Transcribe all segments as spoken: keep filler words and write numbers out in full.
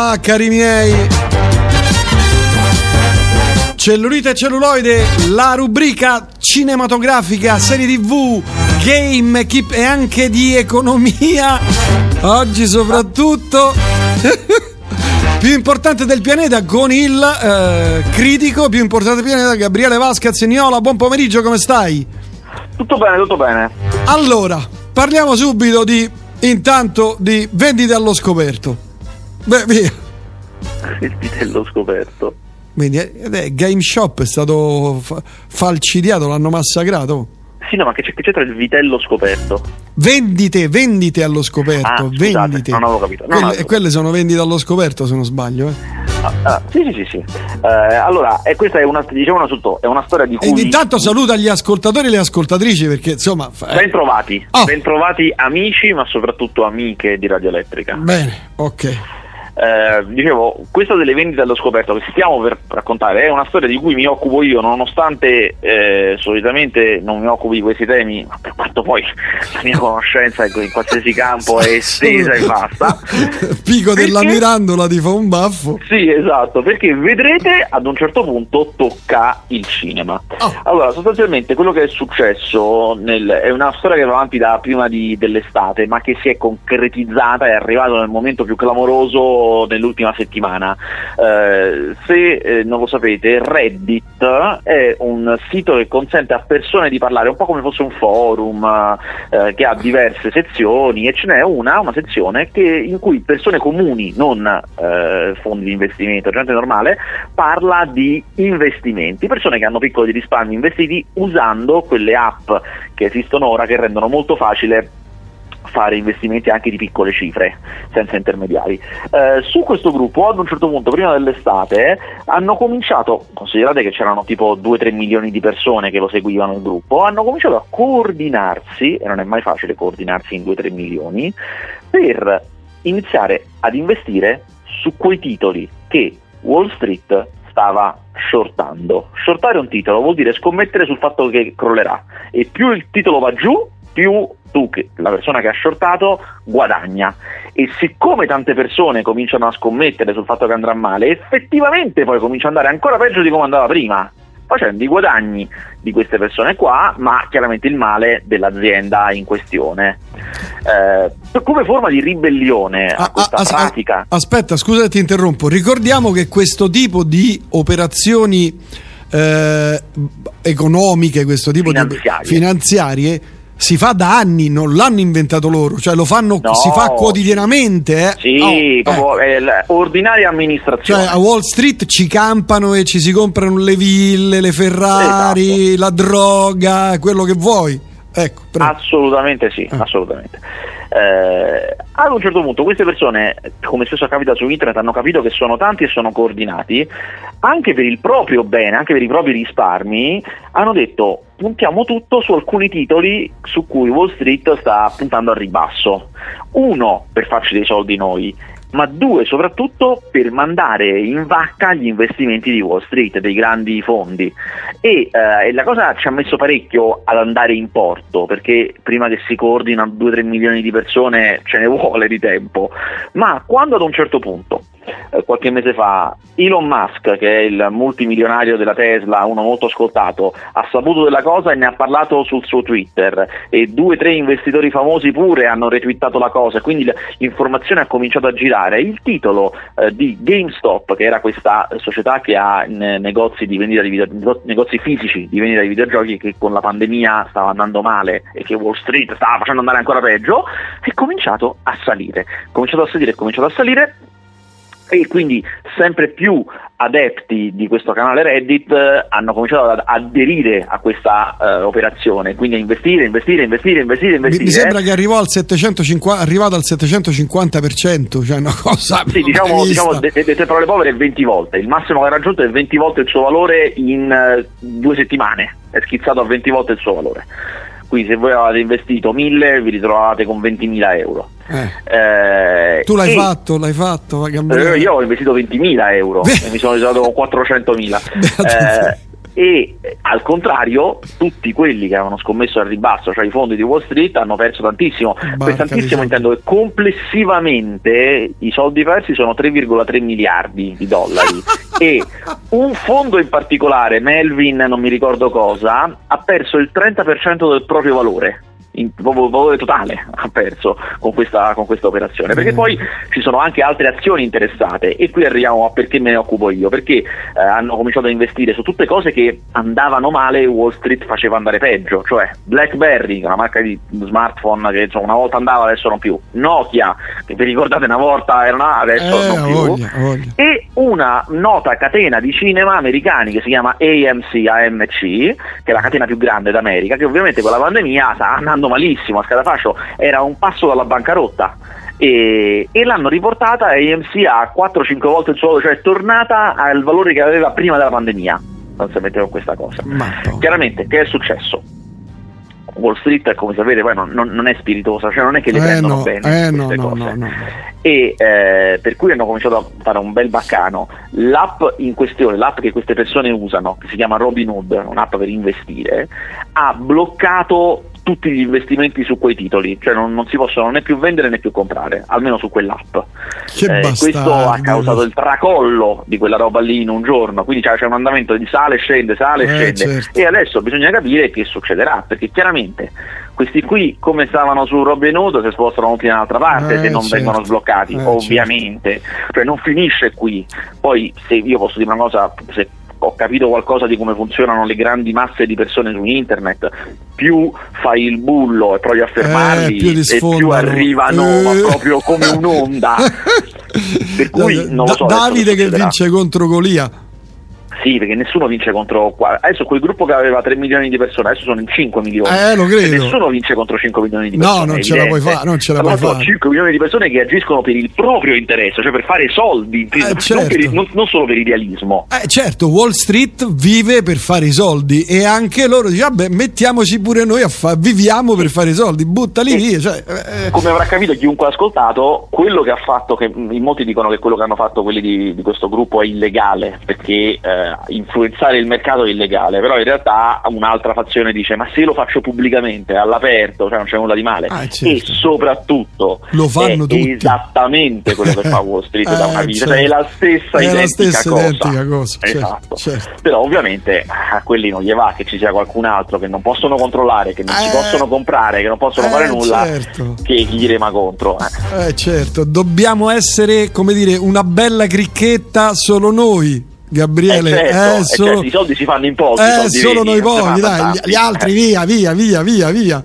là, cari miei. Cellulite e celluloide, la rubrica cinematografica, serie tv, game, keep e anche di economia. Oggi soprattutto più importante del pianeta con il eh, critico più importante del pianeta, Gabriele Vasquez Niola. Buon pomeriggio, come stai? Tutto bene, tutto bene. Allora, parliamo subito di, intanto, di vendite allo scoperto. Beh, via. Vendite allo scoperto. Quindi eh, Game Shop è stato fa- falcidiato, l'hanno massacrato. Sì, no, ma che, c- che c'entra il vitello scoperto? Vendite, vendite allo scoperto. Ah, scusate, vendite. non avevo capito. No, quelle, no, e quelle sono vendite allo scoperto, se non sbaglio. Eh. Ah, ah, sì, sì, sì, sì. Eh, allora, e questa è una, diciamo sotto, è una storia di cui... E intanto saluta gli ascoltatori e le ascoltatrici, perché insomma... Eh. Ben trovati, oh. ben trovati amici, ma soprattutto amiche di Radio Elettrica. Bene, ok. Eh, dicevo, questa delle vendite allo scoperto che stiamo per raccontare è una storia di cui mi occupo io, nonostante eh, solitamente non mi occupi di questi temi, ma per quanto poi la mia conoscenza in qualsiasi campo è estesa e vasta. Pico perché... della Mirandola ti fa un baffo. Sì, esatto, perché vedrete ad un certo punto tocca il cinema. Oh. Allora, sostanzialmente quello che è successo nel, è una storia che va avanti da prima di, dell'estate, ma che si è concretizzata, è arrivato nel momento più clamoroso nell'ultima settimana. Eh, se eh, non lo sapete, Reddit è un sito che consente a persone di parlare un po' come fosse un forum, eh, che ha diverse sezioni, e ce n'è una, una sezione che, in cui persone comuni, non eh, fondi di investimento, gente normale, parla di investimenti, persone che hanno piccoli risparmi investiti usando quelle app che esistono ora, che rendono molto facile fare investimenti anche di piccole cifre senza intermediari. Eh, su questo gruppo ad un certo punto, prima dell'estate, hanno cominciato, considerate che c'erano tipo due tre milioni di persone che lo seguivano il gruppo, hanno cominciato a coordinarsi, e non è mai facile coordinarsi in due tre milioni, per iniziare ad investire su quei titoli che Wall Street stava shortando. Shortare un titolo vuol dire scommettere sul fatto che crollerà, e più il titolo va giù, più tu, che la persona che ha shortato, guadagna. E siccome tante persone cominciano a scommettere sul fatto che andrà male, effettivamente poi comincia ad andare ancora peggio di come andava prima, facendo i guadagni di queste persone qua, ma chiaramente il male dell'azienda in questione. Eh, come forma di ribellione a ah, questa ah, pratica... Aspetta, scusa se ti interrompo. Ricordiamo che questo tipo di operazioni eh, economiche, questo tipo finanziarie. di finanziarie, si fa da anni, non l'hanno inventato loro, cioè lo fanno, no, si fa quotidianamente. Eh. Sì, oh, proprio eh. eh, ordinaria amministrazione. Cioè a Wall Street ci campano e ci si comprano le ville, le Ferrari, esatto. La droga, quello che vuoi. Ecco, prego. Assolutamente sì, eh. assolutamente. Eh, ad un certo punto queste persone, come spesso capita su internet, hanno capito che sono tanti e sono coordinati, anche per il proprio bene, anche per i propri risparmi, hanno detto: puntiamo tutto su alcuni titoli su cui Wall Street sta puntando al ribasso. Uno, per farci dei soldi noi, ma due, soprattutto per mandare in vacca gli investimenti di Wall Street, dei grandi fondi. E, eh, e la cosa ci ha messo parecchio ad andare in porto, perché prima che si coordinano due tre milioni di persone ce ne vuole di tempo. Ma quando ad un certo punto, eh, qualche mese fa, Elon Musk, che è il multimilionario della Tesla, uno molto ascoltato, ha saputo della cosa e ne ha parlato sul suo Twitter, e due o tre investitori famosi pure hanno retweetato la cosa, quindi l'informazione ha cominciato a girare. Il titolo eh, di GameStop, che era questa società che ha ne- negozi di vendita di video- negozi fisici di vendita di videogiochi, che con la pandemia stava andando male e che Wall Street stava facendo andare ancora peggio, è cominciato a salire, cominciato a salire, è cominciato a salire. E quindi sempre più adepti di questo canale Reddit eh, hanno cominciato ad aderire a questa eh, operazione, quindi a investire, investire, investire, investire, investire. Mi, mi sembra che arrivò al settecentocinquanta, arrivato al settecentocinquanta per cento, cioè una cosa. Sì, diciamo, diciamo dette de, de parole povere, venti volte. Il massimo che ha raggiunto è venti volte il suo valore in uh, due settimane. È schizzato a venti volte il suo valore. Quindi se voi avete investito mille, vi ritrovate con ventimila euro. Eh. Eh, tu l'hai e, fatto, l'hai fatto? Eh, io ho investito ventimila euro e mi sono ritrovato con quattrocentomila. Eh, e eh, al contrario tutti quelli che avevano scommesso al ribasso, cioè i fondi di Wall Street, hanno perso tantissimo. Per tantissimo intendo che complessivamente i soldi persi sono tre virgola tre miliardi di dollari e un fondo in particolare, Melvin non mi ricordo cosa, ha perso il trenta per cento del proprio valore. In proprio valore totale ha perso con questa, con questa operazione, perché poi ci sono anche altre azioni interessate, e qui arriviamo a perché me ne occupo io, perché eh, hanno cominciato a investire su tutte cose che andavano male e Wall Street faceva andare peggio, cioè BlackBerry, che è una marca di smartphone che insomma, una volta andava, adesso non più, Nokia, che vi ricordate una volta era una, adesso eh, non più, voglia, voglia. E una nota catena di cinema americani che si chiama A M C, A M C, che è la catena più grande d'America, che ovviamente con la pandemia sta andando malissimo, a scatafascio, era un passo dalla bancarotta, e, e l'hanno riportata A M C a quattro cinque volte il suo valore, cioè è tornata al valore che aveva prima della pandemia, non si metteva questa cosa. Matto. Chiaramente che è successo? Wall Street, come sapete, poi non, non, non è spiritosa, cioè non è che le eh prendono no, bene eh queste no, cose. no, no, no. E eh, per cui hanno cominciato a fare un bel baccano. L'app in questione, l'app che queste persone usano, che si chiama Robinhood, un'app per investire, ha bloccato tutti gli investimenti su quei titoli, cioè non, non si possono né più vendere né più comprare, almeno su quell'app. Che eh, questo ha causato il tracollo di quella roba lì in un giorno, quindi c'è, c'è un andamento di sale e scende, sale e eh, scende, certo. E adesso bisogna capire che succederà, perché chiaramente questi qui, come stavano su Robinhood, si spostano tutti da un'altra parte eh, se non certo. vengono sbloccati, eh, ovviamente, certo. Cioè non finisce qui. Poi se io posso dire una cosa, se ho capito qualcosa di come funzionano le grandi masse di persone su internet, più fai il bullo e provi a fermarli, eh, più e più arrivano eh. ma proprio come un'onda. Per cui non lo so, Davide che vince contro Golia. Sì, perché nessuno vince contro, adesso quel gruppo che aveva tre milioni di persone adesso sono in cinque milioni, eh lo credo, e nessuno vince contro cinque milioni di persone. No, non ce la puoi fare, non ce la puoi fare. cinque milioni di persone che agiscono per il proprio interesse, cioè per fare soldi, eh, non, certo. per il, non, non solo per idealismo. Eh, certo, Wall Street vive per fare i soldi, e anche loro dicono vabbè, mettiamoci pure noi a fare, viviamo per fare i soldi, buttali via, cioè, eh. Come avrà capito chiunque ha ascoltato, quello che ha fatto, che in molti dicono che quello che hanno fatto quelli di, di questo gruppo è illegale, perché eh, influenzare il mercato è illegale, però in realtà un'altra fazione dice ma se lo faccio pubblicamente, all'aperto, cioè non c'è nulla di male, ah, certo. E soprattutto lo fanno è tutti. Esattamente quello che fa Wall Street eh, da una vita, certo. cioè è la stessa è identica la stessa cosa, identica cosa. Esatto. Certo, certo. Però ovviamente a quelli non gli va che ci sia qualcun altro che non possono controllare, che non eh, si possono comprare, che non possono eh, fare nulla, certo. che gli rema contro. Eh. eh certo, dobbiamo essere, come dire, una bella cricchetta solo noi, Gabriele, eh certo, eh, solo... eh certo, i soldi si fanno in pochi, eh, solo noi pochi, dai, gli, gli altri via, via, via, via, via.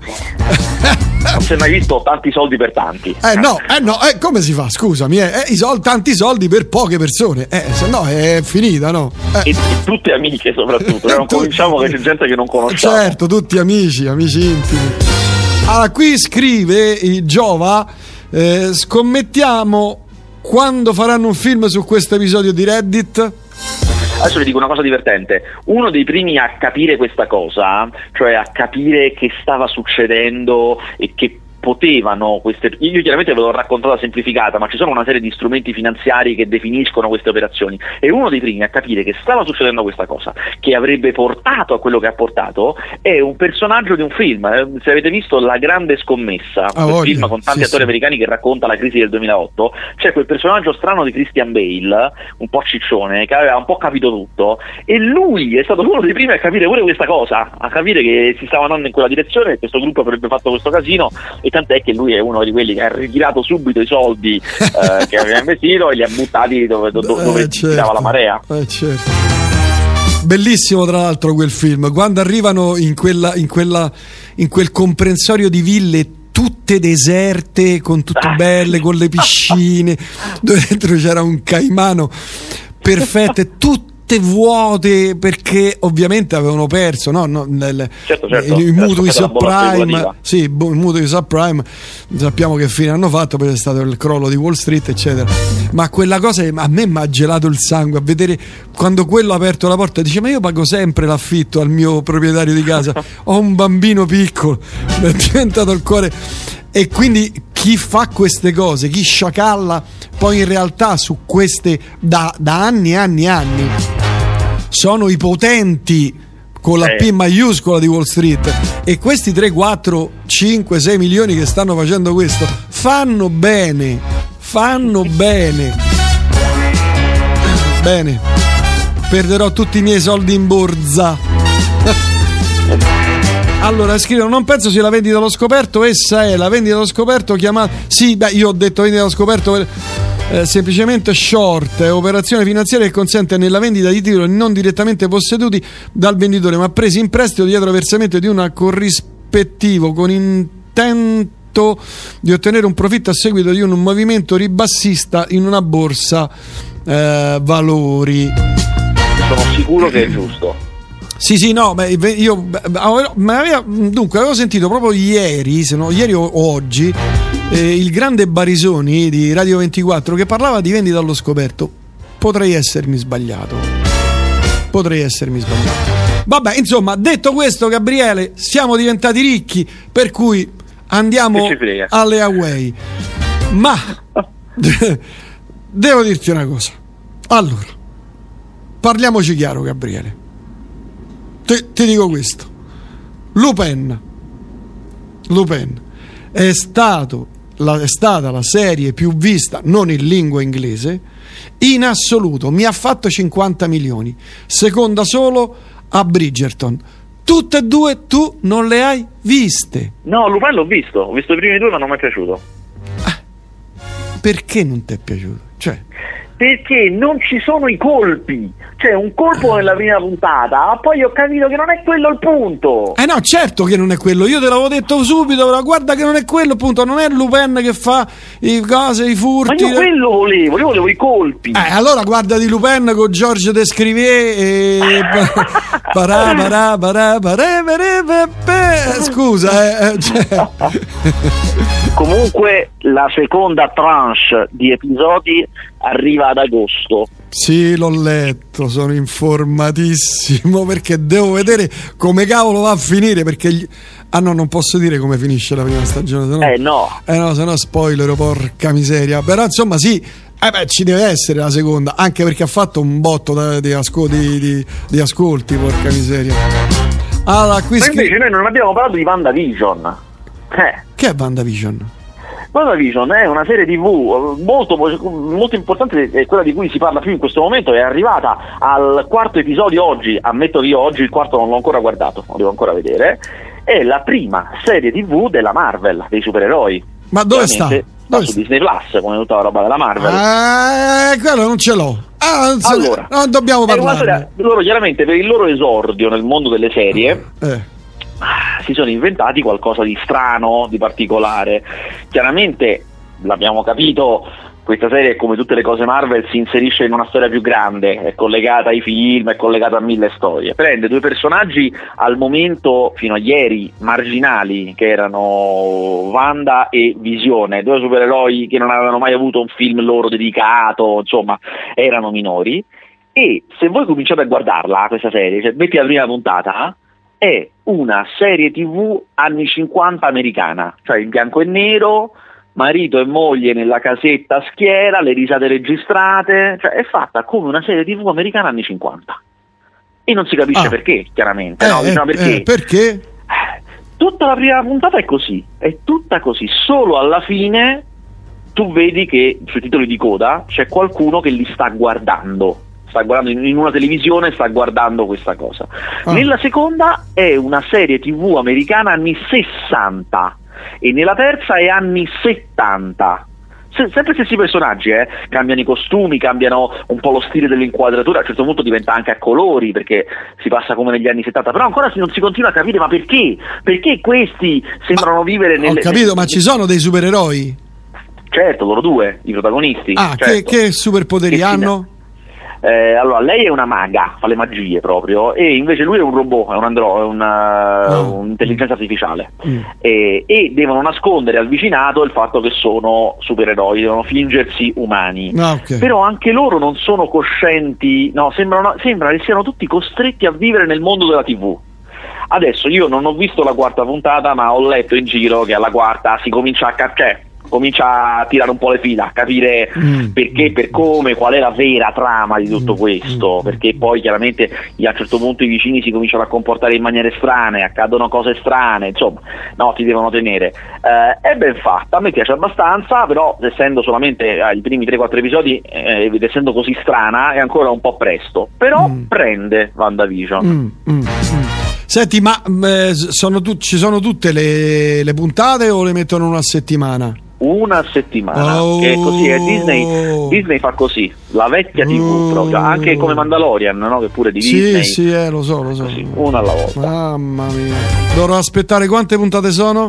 Non si è mai visto tanti soldi per tanti. Eh no, eh no, eh, come si fa? Scusami, eh, eh, i soldi, tanti soldi per poche persone, eh, se no è finita, no? Eh. E, e tutte amiche soprattutto, cioè non tu... cominciamo che c'è gente che non conosciamo. Certo, tutti amici, amici intimi. Allora, qui scrive il Giova, eh, scommettiamo quando faranno un film su questo episodio di Reddit? Adesso vi dico una cosa divertente. Uno dei primi a capire questa cosa, cioè a capire che stava succedendo e che potevano queste, io chiaramente ve l'ho raccontata semplificata, ma ci sono una serie di strumenti finanziari che definiscono queste operazioni, e uno dei primi a capire che stava succedendo questa cosa, che avrebbe portato a quello che ha portato, è un personaggio di un film. Se avete visto La Grande Scommessa, ah, un film con tanti sì, attori sì. americani che racconta la crisi del duemilaotto, c'è quel personaggio strano di Christian Bale, un po' ciccione, che aveva un po' capito tutto, e lui è stato uno dei primi a capire pure questa cosa, a capire che si stava andando in quella direzione, che questo gruppo avrebbe fatto questo casino, e tant'è che lui è uno di quelli che ha ritirato subito i soldi eh, che aveva investito e li ha buttati dove, dove, dove eh, certo. tirava la marea. Eh, certo. Bellissimo tra l'altro quel film, quando arrivano in quella, in quella in quel comprensorio di ville tutte deserte, con tutte belle, con le piscine, dove dentro c'era un caimano perfetto, e tutte vuote, perché ovviamente avevano perso, no? no nel, certo, certo. i mutui subprime, sì, i mutui subprime, sappiamo che fine hanno fatto, poi è stato il crollo di Wall Street, eccetera. Ma quella cosa a me mi ha gelato il sangue a vedere quando quello ha aperto la porta, dice ma io pago sempre l'affitto al mio proprietario di casa, ho un bambino piccolo, mi è diventato il cuore. E quindi chi fa queste cose, chi sciacalla poi in realtà su queste da, da anni e anni e anni, sono i potenti con la eh. P maiuscola di Wall Street, e questi tre, quattro, cinque, sei milioni che stanno facendo questo fanno bene, fanno bene. Bene, perderò tutti i miei soldi in borsa. Allora scrivono: non penso sia la vendita allo scoperto, essa è la vendita allo scoperto chiamata. Sì, beh, io ho detto vendita allo scoperto per... Eh, semplicemente short, è operazione finanziaria che consente nella vendita di titoli non direttamente posseduti dal venditore ma presi in prestito dietro versamento di un corrispettivo con intento di ottenere un profitto a seguito di un movimento ribassista in una borsa eh, valori. Sono sicuro che è giusto. Sì, sì, no, beh, io beh, ma aveva, dunque avevo sentito proprio ieri, se no ieri o, o oggi, eh, il grande Barisoni di Radio ventiquattro che parlava di vendita allo scoperto. Potrei essermi sbagliato. Potrei essermi sbagliato. Vabbè, insomma, detto questo, Gabriele, siamo diventati ricchi, per cui andiamo alle away. Ma devo dirti una cosa. Allora, parliamoci chiaro, Gabriele. Ti, ti dico questo: Lupin Lupin è stato la, è stata la serie più vista non in lingua inglese in assoluto, mi ha fatto cinquanta milioni, seconda solo a Bridgerton. Tutte e due tu non le hai viste? No, Lupin l'ho visto, ho visto i primi due ma non mi è piaciuto. Ah, perché non ti è piaciuto? Cioè, perché non ci sono i colpi, c'è un colpo nella prima puntata, poi ho capito che non è quello il punto. Eh no, certo che non è quello, io te l'avevo detto subito, però guarda che non è quello il punto, non è Lupin che fa i cose, i furti. Ma io quello volevo, io volevo i colpi. Eh, allora guarda di Lupin con Georges Descrivier e parà, parà, parà, parà, parà, parà. Scusa, eh, cioè. Comunque la seconda tranche di episodi arriva ad agosto. Sì, l'ho letto, sono informatissimo perché devo vedere come cavolo va a finire, perché gli... ah no, non posso dire come finisce la prima stagione, sennò... eh no eh no, se no spoiler, porca miseria. Però insomma sì, eh beh, ci deve essere la seconda, anche perché ha fatto un botto da, di, asco, di, di, di ascolti, porca miseria. Allora, qui ma scri... invece noi non abbiamo parlato di WandaVision. Eh. Che è WandaVision? WandaVision è una serie tivù molto, molto importante, è quella di cui si parla più in questo momento, è arrivata al quarto episodio oggi, ammetto che io oggi il quarto non l'ho ancora guardato, lo devo ancora vedere, è la prima serie tivù della Marvel, dei supereroi. Ma dove sta? Sta dove su sta? Disney Plus, come tutta la roba della Marvel. Eh, quello non ce l'ho. Ah, non, allora, non dobbiamo parlare. Loro chiaramente per il loro esordio nel mondo delle serie eh. si sono inventati qualcosa di strano, di particolare. Chiaramente l'abbiamo capito, questa serie, come tutte le cose Marvel, si inserisce in una storia più grande, è collegata ai film, è collegata a mille storie. Prende due personaggi al momento, fino a ieri, marginali, che erano Wanda e Visione, due supereroi che non avevano mai avuto un film loro dedicato, insomma, erano minori. E se voi cominciate a guardarla, questa serie, cioè metti la prima puntata, è una serie tivù anni cinquanta americana, cioè in bianco e nero, marito e moglie nella casetta a schiera, le risate registrate, cioè è fatta come una serie tivù americana anni cinquanta. E non si capisce ah. perché, chiaramente, eh, no? Diciamo perché. Eh, perché? Tutta la prima puntata è così, è tutta così, solo alla fine tu vedi che sui titoli di coda c'è qualcuno che li sta guardando. Sta guardando in una televisione, sta guardando questa cosa. Ah. Nella seconda è una serie tivù americana anni sessanta e nella terza è anni settanta. Se, sempre stessi personaggi, eh? Cambiano i costumi, cambiano un po' lo stile dell'inquadratura, a un certo punto diventa anche a colori perché si passa come negli anni settanta, però ancora non si continua a capire ma perché? Perché questi sembrano ma, vivere nelle... Ho capito, nelle... ma ci sono dei supereroi? Certo, loro due, i protagonisti. Ah, certo. che, che superpoteri che hanno? Eh, allora, lei è una maga, fa le magie proprio, e invece lui è un robot, è un andro- è una, oh. un'intelligenza artificiale. Mm. E, e devono nascondere al vicinato il fatto che sono supereroi, devono fingersi umani. Ah, okay. Però anche loro non sono coscienti, no, sembrano, sembra che siano tutti costretti a vivere nel mondo della tivù. Adesso io non ho visto la quarta puntata, ma ho letto in giro che alla quarta si comincia a cap- cioè, comincia a tirare un po' le fila, a capire mm. perché, per come, qual è la vera trama di tutto questo, mm. perché poi chiaramente a un certo punto i vicini si cominciano a comportare in maniere strane, accadono cose strane, insomma, no, ti devono tenere. Eh, è ben fatta, a me piace abbastanza, però essendo solamente ai primi tre quattro episodi, eh, ed essendo così strana, è ancora un po' presto, però mm. prende WandaVision. Mm, mm, mm. Senti, ma eh, sono tu- ci sono tutte le, le puntate o le mettono una settimana? Una settimana, oh. che è così, è Disney, Disney fa così, la vecchia tivù oh. proprio, anche come Mandalorian, no? Che pure di sì, Disney. Sì, sì, eh, lo so, lo so. Così, una alla volta. Mamma mia. Dovrò aspettare quante puntate sono?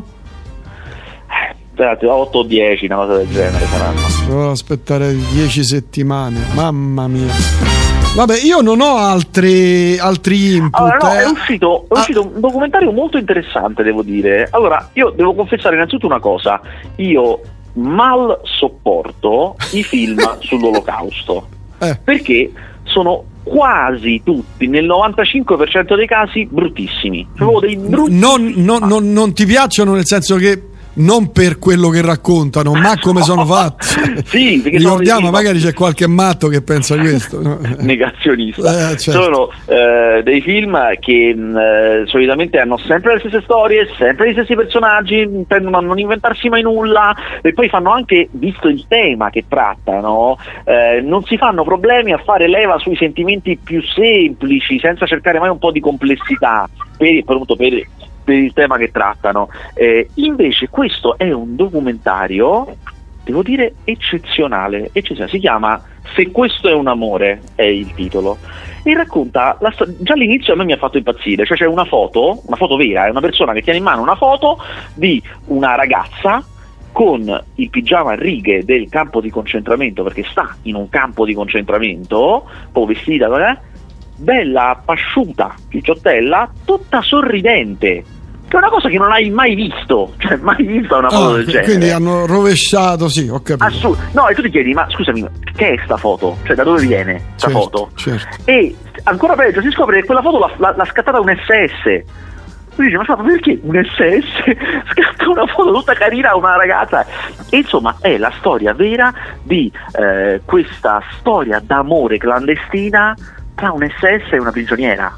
Eh, otto o dieci, una cosa del genere saranno. Dovrò aspettare dieci settimane, mamma mia. Vabbè, io non ho altri, altri input. Allora, no, eh. è uscito, è uscito ah. un documentario molto interessante, devo dire. Allora, io devo confessare innanzitutto una cosa. Io mal sopporto i film sull'Olocausto. Eh. Perché sono quasi tutti, nel novantacinque per cento dei casi, bruttissimi. Proprio dei brutti. Non, non, non, non ti piacciono nel senso che... non per quello che raccontano, ma come sono fatti. Sì, perché ricordiamo, magari c'è qualche matto che pensa questo, no? Negazionista. Eh, certo. Sono eh, dei film che eh, solitamente hanno sempre le stesse storie, sempre gli stessi personaggi, tendono a non inventarsi mai nulla, e poi fanno anche, visto il tema che trattano, eh, non si fanno problemi a fare leva sui sentimenti più semplici, senza cercare mai un po' di complessità per, per, per per il tema che trattano. Eh, invece questo è un documentario, devo dire, eccezionale, eccezionale. Si chiama Se questo è un amore, è il titolo, e racconta la sto- già all'inizio a me mi ha fatto impazzire, cioè c'è una foto, una foto vera, è una persona che tiene in mano una foto di una ragazza con il pigiama a righe del campo di concentramento, perché sta in un campo di concentramento, poi vestita, eh? bella, pasciuta, picciottella, tutta sorridente, che è una cosa che non hai mai visto, cioè mai visto una foto oh, del genere. Quindi hanno rovesciato, sì, ho capito. Assu- no, e tu ti chiedi, ma scusami, che è sta foto? Cioè da dove viene sta certo, foto? Certo. E ancora peggio, si scopre che quella foto l'ha, l'ha, l'ha scattata un S S. Tu dici, ma perché un S S scatta una foto tutta carina a una ragazza? E insomma è la storia vera di eh, questa storia d'amore clandestina tra un S S e una prigioniera,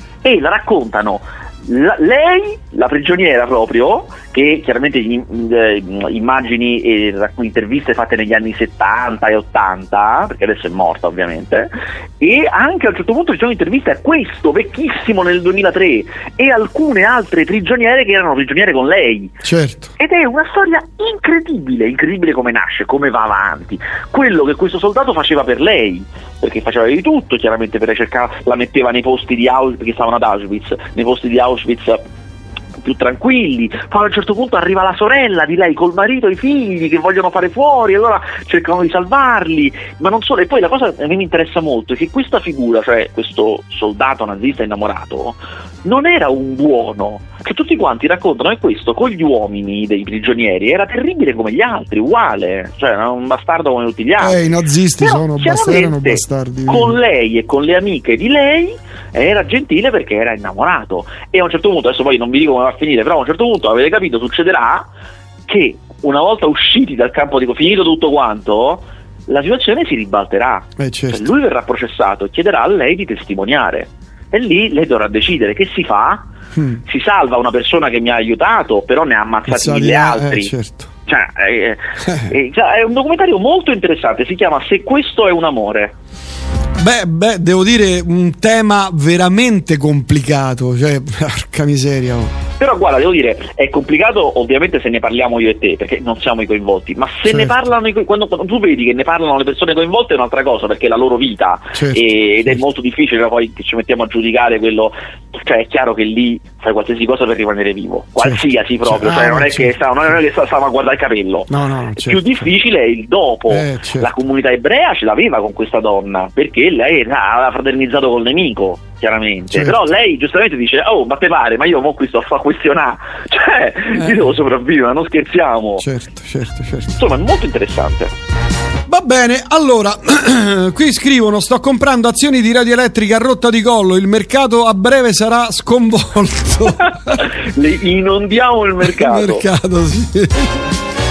e la raccontano la, lei, la prigioniera proprio, che chiaramente in, eh, immagini e interviste fatte negli anni settanta e ottanta, perché adesso è morta ovviamente, e anche a un certo punto ci sono interviste a questo vecchissimo nel duemilatré e alcune altre prigioniere che erano prigioniere con lei. Certo. Ed è una storia incredibile, incredibile come nasce, come va avanti, quello che questo soldato faceva per lei, perché faceva di tutto chiaramente per cercare, la metteva nei posti di Auschwitz, perché stavano ad Auschwitz, nei posti di Auschwitz più tranquilli. Poi a un certo punto arriva la sorella di lei col marito e i figli che vogliono fare fuori, allora cercano di salvarli, ma non solo. E poi la cosa che a me mi interessa molto è che questa figura, cioè questo soldato nazista innamorato, non era un buono, che tutti quanti raccontano, e questo con gli uomini dei prigionieri era terribile come gli altri, uguale, cioè era un bastardo come tutti gli altri. Eh, i nazisti però, sono bastardi, erano bastardi. Con lei e con le amiche di lei era gentile perché era innamorato, e a un certo punto, adesso poi non vi dico come va a finire, però a un certo punto, avete capito, succederà che una volta usciti dal campo di finito tutto quanto, la situazione si ribalterà, eh, certo. cioè, lui verrà processato e chiederà a lei di testimoniare, e lì lei dovrà decidere che si fa. Hmm. Si salva una persona che mi ha aiutato, però ne ha ammazzati mille altri. Eh, certo. Cioè, è, è, è un documentario molto interessante, si chiama Se questo è un amore. Beh, beh, devo dire un tema veramente complicato, cioè, porca miseria. Oh. Però guarda, devo dire, è complicato ovviamente se ne parliamo io e te, perché non siamo i coinvolti, ma se certo. ne parlano i, quando, quando tu vedi che ne parlano le persone coinvolte è un'altra cosa, perché è la loro vita, certo, e, ed certo. è molto difficile poi che ci mettiamo a giudicare quello, cioè è chiaro che lì fai qualsiasi cosa per rimanere vivo, qualsiasi certo. proprio, cioè ah, non, è certo. che sta, non è che stava a guardare il capello, no, no, certo. più difficile è il dopo, eh, certo. la comunità ebrea ce l'aveva con questa donna, perché lei aveva fraternizzato col nemico, chiaramente, certo. però lei giustamente dice, oh ma te pare, ma io mo qui sto a far questionare, cioè eh. io devo sopravvivere, non scherziamo, certo, certo, certo. Insomma è molto interessante. Va bene, allora qui scrivono: sto comprando azioni di Radioelettrica a rotta di collo, il mercato a breve sarà sconvolto. Le inondiamo il mercato. Il mercato, sì.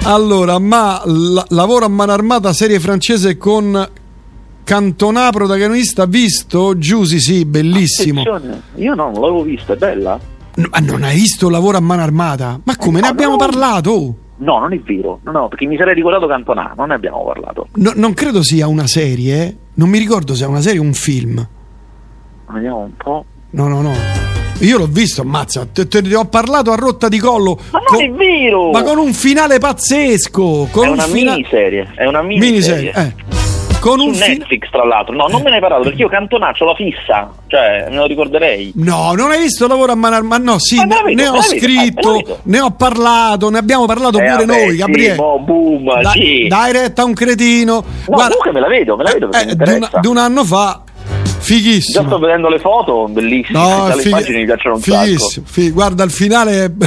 Allora, ma la, lavoro a mano armata, serie francese con Cantona protagonista, visto? Giusy, sì, bellissimo. Attenzione, io no, non l'avevo vista, è bella? No, ma non hai visto Lavoro a mano armata? Ma come, eh, ne no, abbiamo no. parlato? No, non è vero, no, no, perché mi sarei ricordato Cantona, non ne abbiamo parlato. No, non credo sia una serie, non mi ricordo se è una serie o un film. Vediamo un po'. No, no, no. Io l'ho visto, ammazza, te, te ne ho parlato a rotta di collo. Ma non con, è vero! Ma con un finale pazzesco. Con è un una fina... miniserie, è una miniserie. miniserie eh. Con Su un fin... Netflix, tra l'altro. No, non me ne hai parlato perché io Cantona c'ho la fissa, cioè me lo ricorderei. No, non hai visto Lavoro a mano armata? No, sì, Ah, ne, vedo, ne ho scritto, vedo. ne ho parlato, ne abbiamo parlato Eh, pure vabbè, noi, sì, Gabriele. mo, boom, Da- sì. Dai retta a un cretino. No, Guarda, comunque me la vedo, me la vedo perché eh, mi di, interessa. una- di un anno fa, Già fighissimo. sto vedendo le foto, bellissime. No, Dalle fighi- immagini mi piacciono un fighissimo, sacco. fighi- guarda, il finale è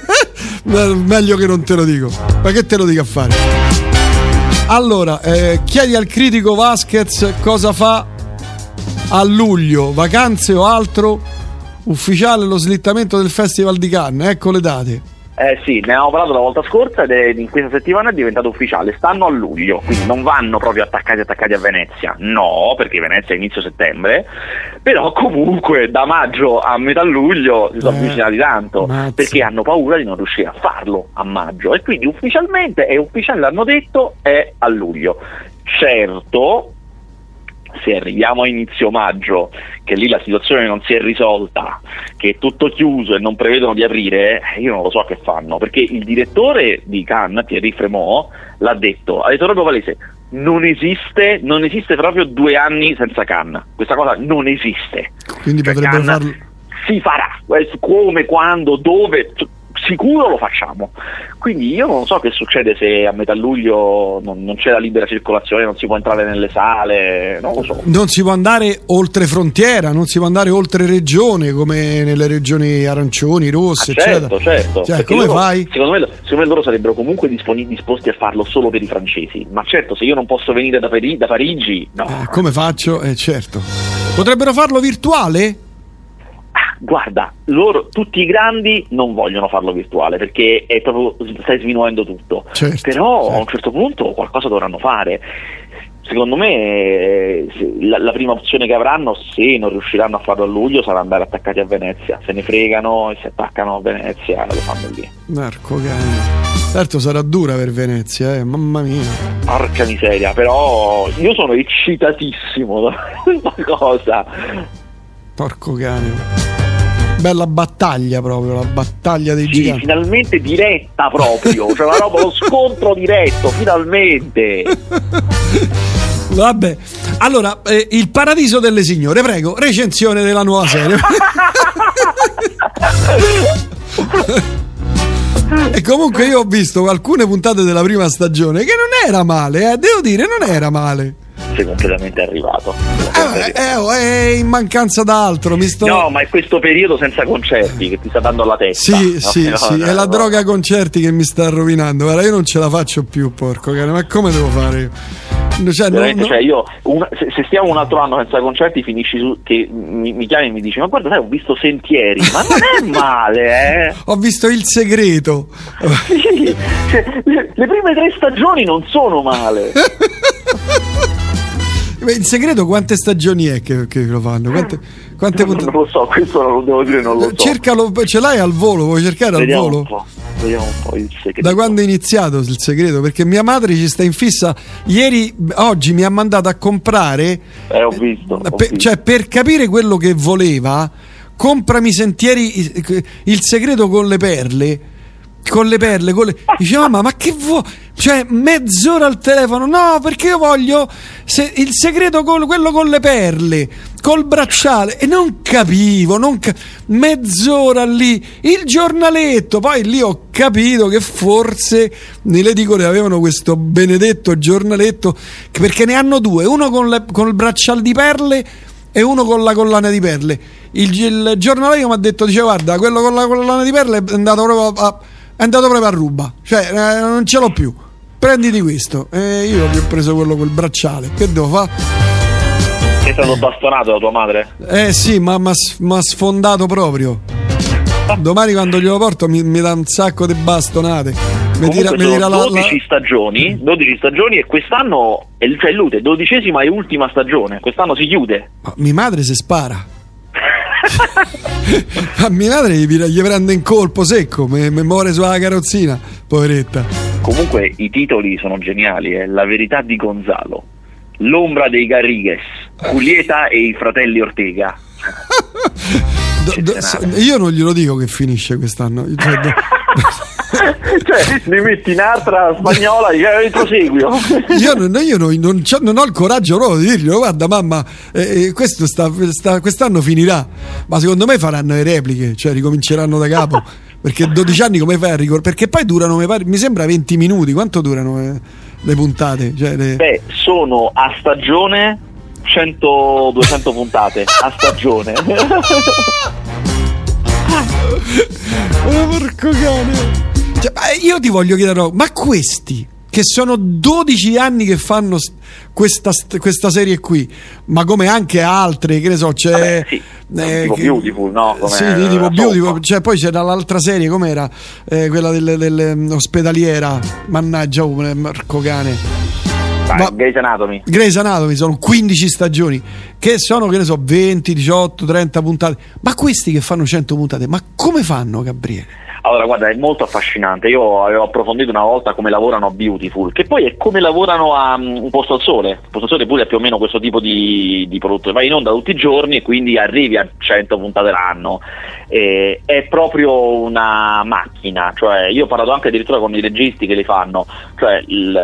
meglio che non te lo dico. Ma che te lo dico a fare? Allora, eh, chiedi al critico Vasquez cosa fa a luglio, vacanze o altro. Ufficiale lo slittamento del Festival di Cannes, ecco le date. Eh sì, ne avevamo parlato la volta scorsa ed è in questa settimana è diventato ufficiale. Stanno a luglio, quindi non vanno proprio attaccati attaccati a Venezia. No, perché Venezia è inizio settembre. Però comunque da maggio a metà luglio si sono Eh, avvicinati tanto. mazza. Perché hanno paura di non riuscire a farlo a maggio. E quindi ufficialmente, è ufficiale, l'hanno detto, è a luglio. Certo, se arriviamo a inizio maggio, che lì la situazione non si è risolta, che è tutto chiuso e non prevedono di aprire, io non lo so che fanno, perché il direttore di Cannes, Thierry Frémaux, l'ha detto, ha detto proprio palese, non esiste, non esiste proprio due anni senza Cannes, questa cosa non esiste. Quindi Cioè, potrebbero Cannes farlo. si farà, eh, come, quando, dove, sicuro lo facciamo. Quindi io non so che succede se a metà luglio non, non c'è la libera circolazione, non si può entrare nelle sale, non lo so. Non si può andare oltre frontiera, non si può andare oltre regione come nelle regioni arancioni, rosse, Ah, certo, eccetera. certo. Cioè, Perché come loro, fai? Secondo me, secondo me loro sarebbero comunque disponi- disposti a farlo solo per i francesi. Ma certo, se io non posso venire da, Pari- da Parigi, no. Eh, come faccio? Eh, certo. Potrebbero farlo virtuale? Ah, guarda, loro, tutti i grandi non vogliono farlo virtuale perché è proprio, stai sminuendo tutto. Certo, Però certo. a un certo punto qualcosa dovranno fare. Secondo me eh, se- la, la prima opzione che avranno, se non riusciranno a farlo a luglio, sarà andare attaccati a Venezia. Se ne fregano e si attaccano a Venezia, lo fanno lì. Marco cane. Certo sarà dura per Venezia, eh, mamma mia. Porca miseria, però io sono eccitatissimo da questa cosa. Porco cane. Bella battaglia proprio, la battaglia dei Sì, giganti. finalmente diretta proprio, cioè una roba, lo scontro diretto, finalmente. Vabbè, allora, eh, Il Paradiso delle Signore, prego, recensione della nuova serie. E comunque io ho visto alcune puntate della prima stagione che non era male, eh, devo dire, non era male. Sei completamente arrivato. Eh, eh, oh, è in mancanza d'altro, mi sto... No, ma è questo periodo senza concerti che ti sta dando alla testa. Sì, No, sì, no, sì, no, è la no. droga concerti che mi sta rovinando. Guarda, io non ce la faccio più, porco cane, ma come devo fare? Cioè, non- Veramente, non- cioè io una- se, se stiamo un altro anno senza concerti finisci su che mi, mi chiami e mi dici ma guarda sai ho visto Sentieri, ma non è male, eh. Ho visto Il Segreto. Sì, cioè, le, le prime tre stagioni non sono male. Beh, Il Segreto quante stagioni è che, che lo fanno? Quante, quante Non, puntate? non lo so, questo non lo devo dire, non lo so. Cercalo, ce l'hai al volo, vuoi cercare al Vediamo un volo? po', vediamo un po' il segreto. Da quando è iniziato Il Segreto? Perché mia madre ci sta in fissa. Ieri, oggi mi ha mandato a comprare. Eh, ho visto, ho per, visto. Cioè, per capire quello che voleva, comprami Sentieri, Il Segreto con le perle. Con le perle, con le... dice mamma ma che vuoi? Cioè mezz'ora al telefono, no perché io voglio se... il segreto con quello con le perle, col bracciale, e non capivo, non ca... mezz'ora lì, il giornaletto, poi lì ho capito che forse nell'edicola avevano questo benedetto giornaletto, perché ne hanno due, uno con, le... con il bracciale di perle e uno con la collana di perle. Il, il giornalaio mi ha detto, dice guarda, quello con la collana di perle è andato proprio a, è andato proprio a ruba, cioè eh, non ce l'ho più, prenditi questo. E io gli ho preso quello col bracciale, che devo fare? Sei stato bastonato da tua madre? Eh sì, ma mi ha sfondato proprio. Domani quando glielo porto mi, mi dà un sacco di bastonate. Mi tira, mi tira la, dodici la... stagioni, dodici stagioni e quest'anno è cioè lui, dodicesima e ultima stagione, quest'anno si chiude. Ma mia madre si spara. A mia madre gli, gli prende in colpo secco, mi, mi muore sulla carrozzina, poveretta. Comunque i titoli sono geniali, eh? La verità di Gonzalo, L'ombra dei Garrigues, Julieta e i fratelli Ortega. do, do, io non glielo dico che finisce quest'anno, cioè, do... cioè mi metti in altra spagnola e proseguio. Io, non, io non, non, non ho il coraggio proprio di dirgli guarda mamma, eh, questo sta, sta, quest'anno finirà, ma secondo me faranno le repliche, cioè ricominceranno da capo. Perché dodici anni come fai a ricordare? Perché poi durano, mi, pare, mi sembra venti minuti. Quanto durano eh, le puntate? Cioè, le... Beh, sono a stagione cento duecento puntate a stagione. Oh, porco cane. Cioè, io ti voglio chiedere, ma questi che sono dodici anni che fanno questa, questa serie qui, ma come anche altre, che ne so, c'è Vabbè, sì. eh, tipo che, Beautiful, no? Come sì, tipo Beautiful, cioè, poi c'era l'altra serie, com'era? Eh, quella dell'ospedaliera, mannaggia, oh, Marco cane. Dai, ma, Grey's Anatomy. Grey's Anatomy sono quindici stagioni, che sono, che ne so, venti, diciotto, trenta puntate. Ma questi che fanno cento puntate, ma come fanno, Gabriele? Allora guarda, è molto affascinante. Io avevo approfondito una volta come lavorano a Beautiful, che poi è come lavorano a um, Un posto al sole. Un posto al sole pure è più o meno questo tipo di, di prodotto, vai in onda tutti i giorni e quindi arrivi a cento puntate l'anno. Eh, è proprio una macchina, cioè io ho parlato anche addirittura con i registi che le fanno, cioè il,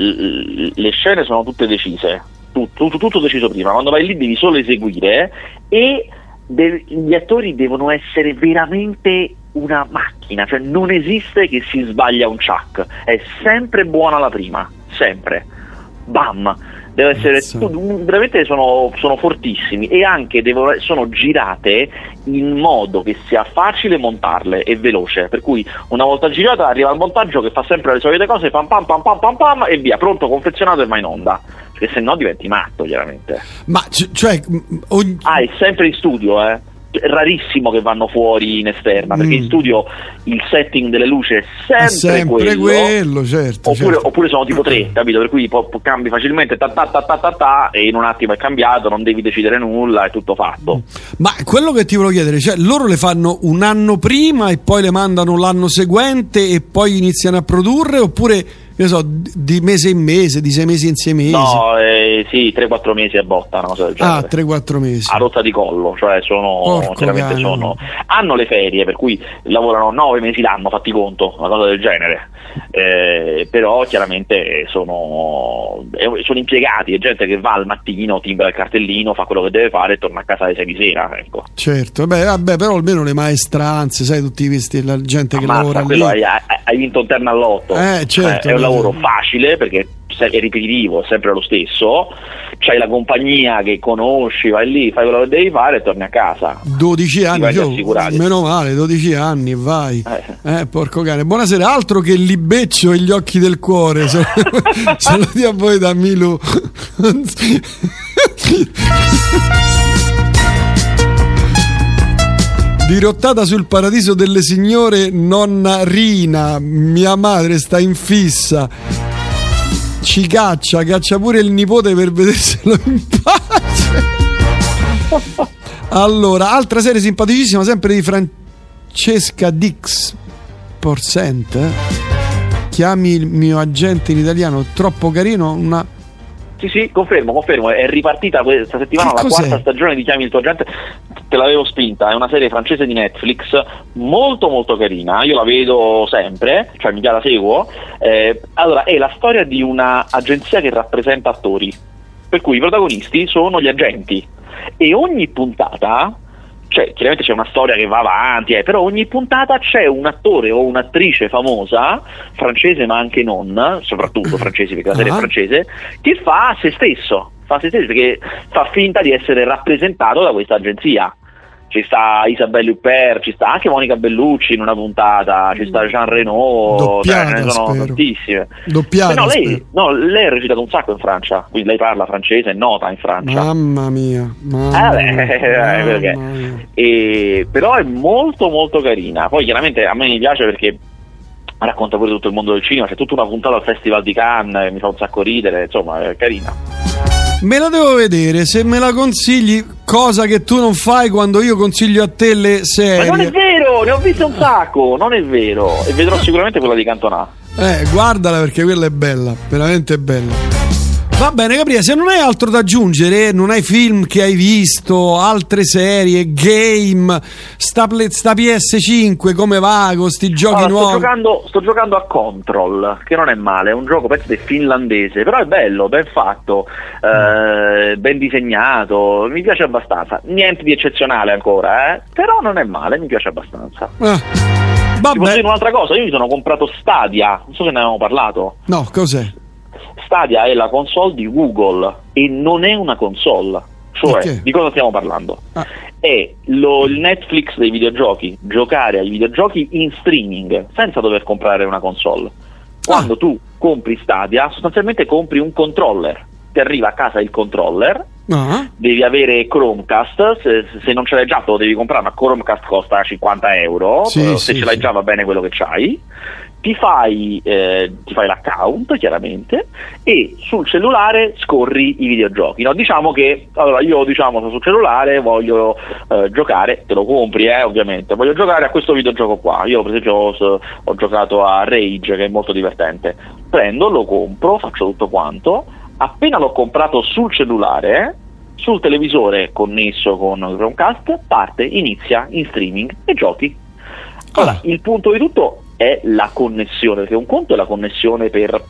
il, le scene sono tutte decise, tutto, tutto, tutto deciso prima, quando vai lì devi solo eseguire e de- gli attori devono essere veramente una macchina, cioè non esiste che si sbaglia un chuck, è sempre buona la prima, sempre, bam, deve essere tu, veramente sono, sono fortissimi e anche devono, sono girate in modo che sia facile montarle e veloce, per cui una volta girata arriva al montaggio che fa sempre le solite cose, pam pam pam pam pam pam e via, pronto, confezionato e va in onda, perché se no diventi matto chiaramente. Ma cioè ogni... ah, è sempre in studio, eh è rarissimo che vanno fuori in esterna, perché mm. in studio il setting delle luci è sempre, è sempre quello, quello certo, oppure, certo. oppure sono tipo tre, capito? Per cui po- po- cambi facilmente ta ta ta ta ta ta e in un attimo è cambiato, non devi decidere nulla, è tutto fatto. Ma quello che ti volevo chiedere, cioè loro le fanno un anno prima e poi le mandano l'anno seguente e poi iniziano a produrre, oppure io so, di mese in mese, di sei mesi in sei mesi? No, eh, sì, tre quattro mesi a botta, una cosa del genere. Ah, tre quattro mesi. A rotta di collo, cioè sono chiaramente sono hanno le ferie, per cui lavorano nove mesi l'anno, fatti conto, una cosa del genere. Eh, però chiaramente sono, sono impiegati, è gente che va al mattino, timbra il cartellino, fa quello che deve fare e torna a casa alle sei di sera, ecco. Certo, beh, vabbè, però almeno le maestranze, sai, tutti questi, la gente che Ammazza, lavora quello lì. Hai, hai vinto un terno all'otto, eh, certo, eh, è un lavoro facile perché è ripetitivo, è sempre lo stesso, c'hai la compagnia che conosci, vai lì, fai quello che devi fare e torni a casa. dodici anni, io, meno male, dodici anni e vai. Eh. eh, porco cane. Buonasera, altro che il libeccio e gli occhi del cuore. Saluti a voi da Milu. Dirottata sul paradiso delle signore, nonna Rina, mia madre sta in fissa. Ci caccia, caccia pure il nipote per vederselo in pace. Allora, altra serie simpaticissima, sempre di Francesca Dix Porsent. Eh? Chiami il mio agente in italiano, troppo carino. Una... Sì, sì, confermo, confermo. È ripartita questa settimana che la cos'è? Quarta stagione di Chiami il tuo agente. Te l'avevo spinta, è una serie francese di Netflix molto molto carina, io la vedo sempre, cioè mi la seguo. Eh, allora, è la storia di una agenzia che rappresenta attori, per cui i protagonisti sono gli agenti e ogni puntata, cioè chiaramente c'è una storia che va avanti, eh, però ogni puntata c'è un attore o un'attrice famosa, francese ma anche non, soprattutto francese perché la serie è francese, che fa se stesso, fa se stesso perché fa finta di essere rappresentato da questa agenzia. ci sta Isabelle Huppert, ci sta anche Monica Bellucci in una puntata, ci sta Jean Reno, Doppiata, cioè, ce ne sono spero. tantissime. Doppiata, no, lei, spero. no, lei ha recitato un sacco in Francia, quindi lei parla francese, è nota in Francia. Mamma mia, mamma Eh, beh, mia, perché? mamma mia. E, però è molto molto carina. Poi chiaramente a me mi piace perché racconta pure tutto il mondo del cinema, c'è tutta una puntata al Festival di Cannes, mi fa un sacco ridere, insomma è carina. Me la devo vedere, se me la consigli, cosa che tu non fai quando io consiglio a te le Ma serie. non è vero, ne ho viste un sacco, non è vero, e vedrò sicuramente quella di Cantona. Eh, guardala perché quella è bella, veramente bella. Va bene Gabriele, se non hai altro da aggiungere, non hai film che hai visto, altre serie, game, sta, ple- sta P S cinque, come va con sti giochi Allora, sto, nuovi? giocando, sto giocando a Control, che non è male, è un gioco penso che è finlandese, però è bello, ben fatto, eh, ben disegnato, mi piace abbastanza. Niente di eccezionale ancora, eh, però non è male, mi piace abbastanza. Ah, Ti posso vabbè, dire un'altra cosa, io mi sono comprato Stadia, non so se ne avevamo parlato. no, cos'è? Stadia è la console di Google e non è una console, cioè Perché? di cosa stiamo parlando? Ah. È lo, il Netflix dei videogiochi, giocare ai videogiochi in streaming senza dover comprare una console. Quando Ah. tu compri Stadia sostanzialmente compri un controller, ti arriva a casa il controller, Ah, devi avere Chromecast, se, se non ce l'hai già te lo devi comprare, ma Chromecast costa cinquanta euro, Sì, se sì, ce l'hai sì. già va bene quello che c'hai. Ti fai, eh, ti fai l'account chiaramente e sul cellulare scorri i videogiochi, no? Diciamo che allora io diciamo se sul cellulare voglio eh, giocare, te lo compri eh, ovviamente, voglio giocare a questo videogioco qua, io per esempio ho, ho giocato a Rage che è molto divertente, prendo, lo compro, faccio tutto quanto, appena l'ho comprato sul cellulare, sul televisore connesso con Chromecast parte, inizia in streaming e giochi. Ora, Ah. il punto di tutto è la connessione, perché un conto è la connessione per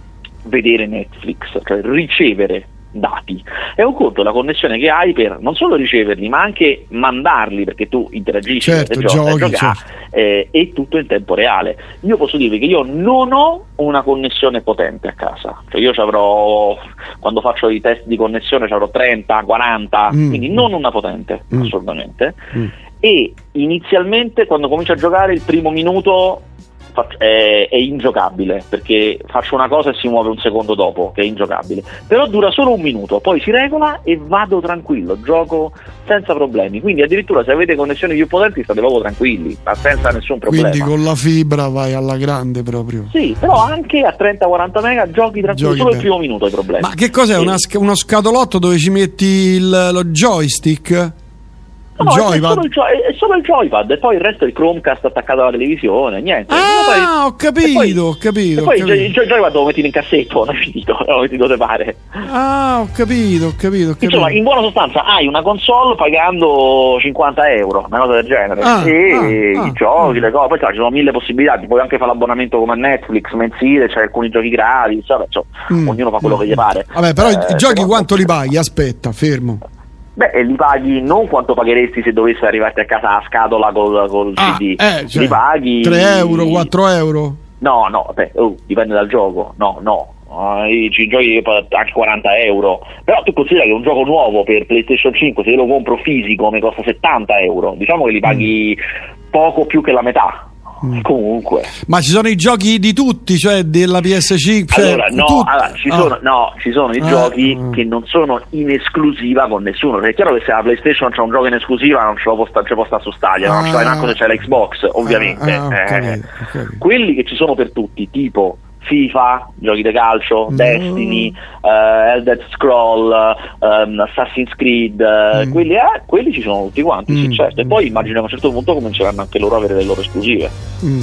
vedere Netflix, cioè ricevere dati, e un conto è la connessione che hai per non solo riceverli ma anche mandarli, perché tu interagisci, Certo, giochi, giochi, giochi, certo. eh, e tutto in tempo reale. Io posso dirvi che io non ho una connessione potente a casa, cioè io ci avrò, quando faccio i test di connessione ci avrò trenta, quaranta, Mm. quindi non una potente, Mm. assolutamente. Mm. E inizialmente quando comincio a giocare il primo minuto fac- è, è ingiocabile, perché faccio una cosa e si muove un secondo dopo, che è ingiocabile, però dura solo un minuto, poi si regola e vado tranquillo, gioco senza problemi, quindi addirittura se avete connessioni più potenti state proprio tranquilli, ma senza nessun problema. quindi con la fibra vai alla grande proprio. Sì, però anche a trenta quaranta mega giochi tranquillo, Giochi solo il bene. primo minuto hai problemi. Ma che cos'è? Sì. Una sc- uno scatolotto dove ci metti il, lo joystick? No, è Joypad? solo, il gio- è solo il joypad e poi il resto è il Chromecast attaccato alla televisione, niente. Ah, ho capito, E poi- ho capito, E ho poi il capito. gio- il joypad lo metti in cassetto, non è finito, lo metti dove pare. Ah, ho capito, ho capito, ho capito. Insomma, in buona sostanza hai una console pagando cinquanta euro, una cosa del genere, Ah, e ah, i ah, giochi, ah. le cose, poi cioè, ci sono mille possibilità, ti puoi anche fare l'abbonamento come a Netflix mensile, c'è alcuni giochi gratis, vabbè, cioè, Mm, ognuno fa quello mm, che gli pare. Vabbè, però i- Eh, i giochi però- quanto li paghi? Aspetta, fermo. Beh, e li paghi non quanto pagheresti se dovesse arrivarti a casa a scatola col, col Ah, C D, eh, cioè, li paghi tre euro, quattro euro? No, no, beh, oh, dipende dal gioco, no, no. Uh, i ci giochi anche quaranta euro, però tu considera che un gioco nuovo per PlayStation cinque, se io lo compro fisico mi costa settanta euro, diciamo che li paghi poco più che la metà. Mm. Comunque, Ma ci sono i giochi di tutti, cioè della P S cinque? Cioè, allora, no, tutti? allora, ci, Ah. sono, no, ci sono i Ah, giochi ah. che non sono in esclusiva con nessuno, perché è chiaro che se la PlayStation c'è un gioco in esclusiva non ce lo può sta, ce può sta su Stadia, non ce l'hai Ah. manco se c'è l'Xbox, ovviamente. Ah, ah, ho eh. capito, ho capito. Quelli che ci sono per tutti, tipo FIFA, giochi di calcio, No. Destiny, uh, Elder Scroll, um, Assassin's Creed, uh, Mm. quelli, eh, quelli ci sono tutti quanti, Mm. sì, certo. E poi immagino che a un certo punto cominceranno anche loro a avere le loro esclusive. Mm.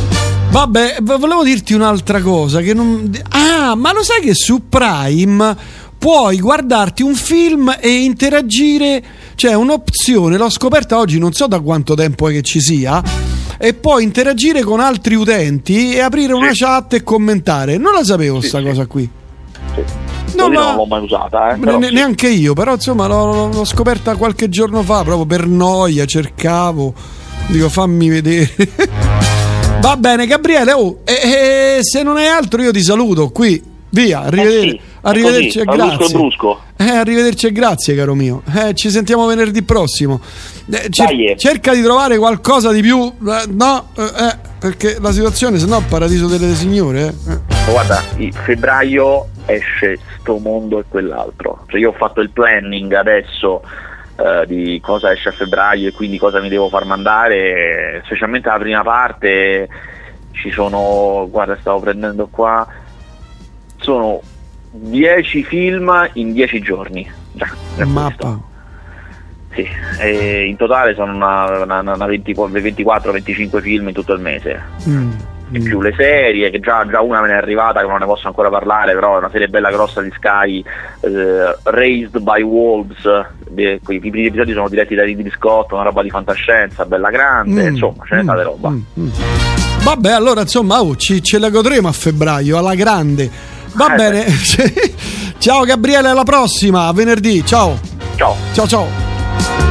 Vabbè, v- volevo dirti un'altra cosa che non... Ah, ma lo sai che su Prime puoi guardarti un film e interagire, cioè un'opzione, l'ho scoperta oggi, non so da quanto tempo è che ci sia, e puoi interagire con altri utenti e aprire una Sì. chat e commentare. Non la sapevo Sì, sta sì. cosa qui. Sì. No, Così ma- non l'ho mai usata, eh, Ne- però ne- sì. neanche io, però insomma l'ho, l'ho scoperta qualche giorno fa, proprio per noia, cercavo, dico fammi vedere. Va bene Gabriele, oh, e, e se non hai altro io ti saluto qui. Via, arrivederci, eh sì, arrivederci e grazie. Brusco. Eh, arrivederci e grazie, caro mio. Eh, ci sentiamo venerdì prossimo. Eh, cer- Dai, eh. cerca di trovare qualcosa di più. Eh, no, eh, eh, perché la situazione, se no, paradiso delle signore. Eh. Eh. Guarda, in febbraio esce sto mondo e quell'altro. Cioè, io ho fatto il planning adesso eh, di cosa esce a febbraio e quindi cosa mi devo far mandare, specialmente la prima parte. Ci sono, guarda, stavo prendendo qua, sono dieci film in dieci giorni. Già, Mappa. Sì, e in totale sono una, una, una ventiquattro venticinque film in tutto il mese. Mm. In più le serie, che già, già una me ne è arrivata, che non ne posso ancora parlare, però è una serie bella grossa di Sky, eh, Raised by Wolves, de, i primi episodi sono diretti da Ridley Scott, una roba di fantascienza, bella grande, mm. insomma, ce ne state mm. roba. Mm. Mm. Vabbè, allora insomma, oh, ci, ce la godremo a febbraio, alla grande. Va eh bene. Ciao Gabriele, alla prossima, a venerdì. Ciao. Ciao. Ciao ciao.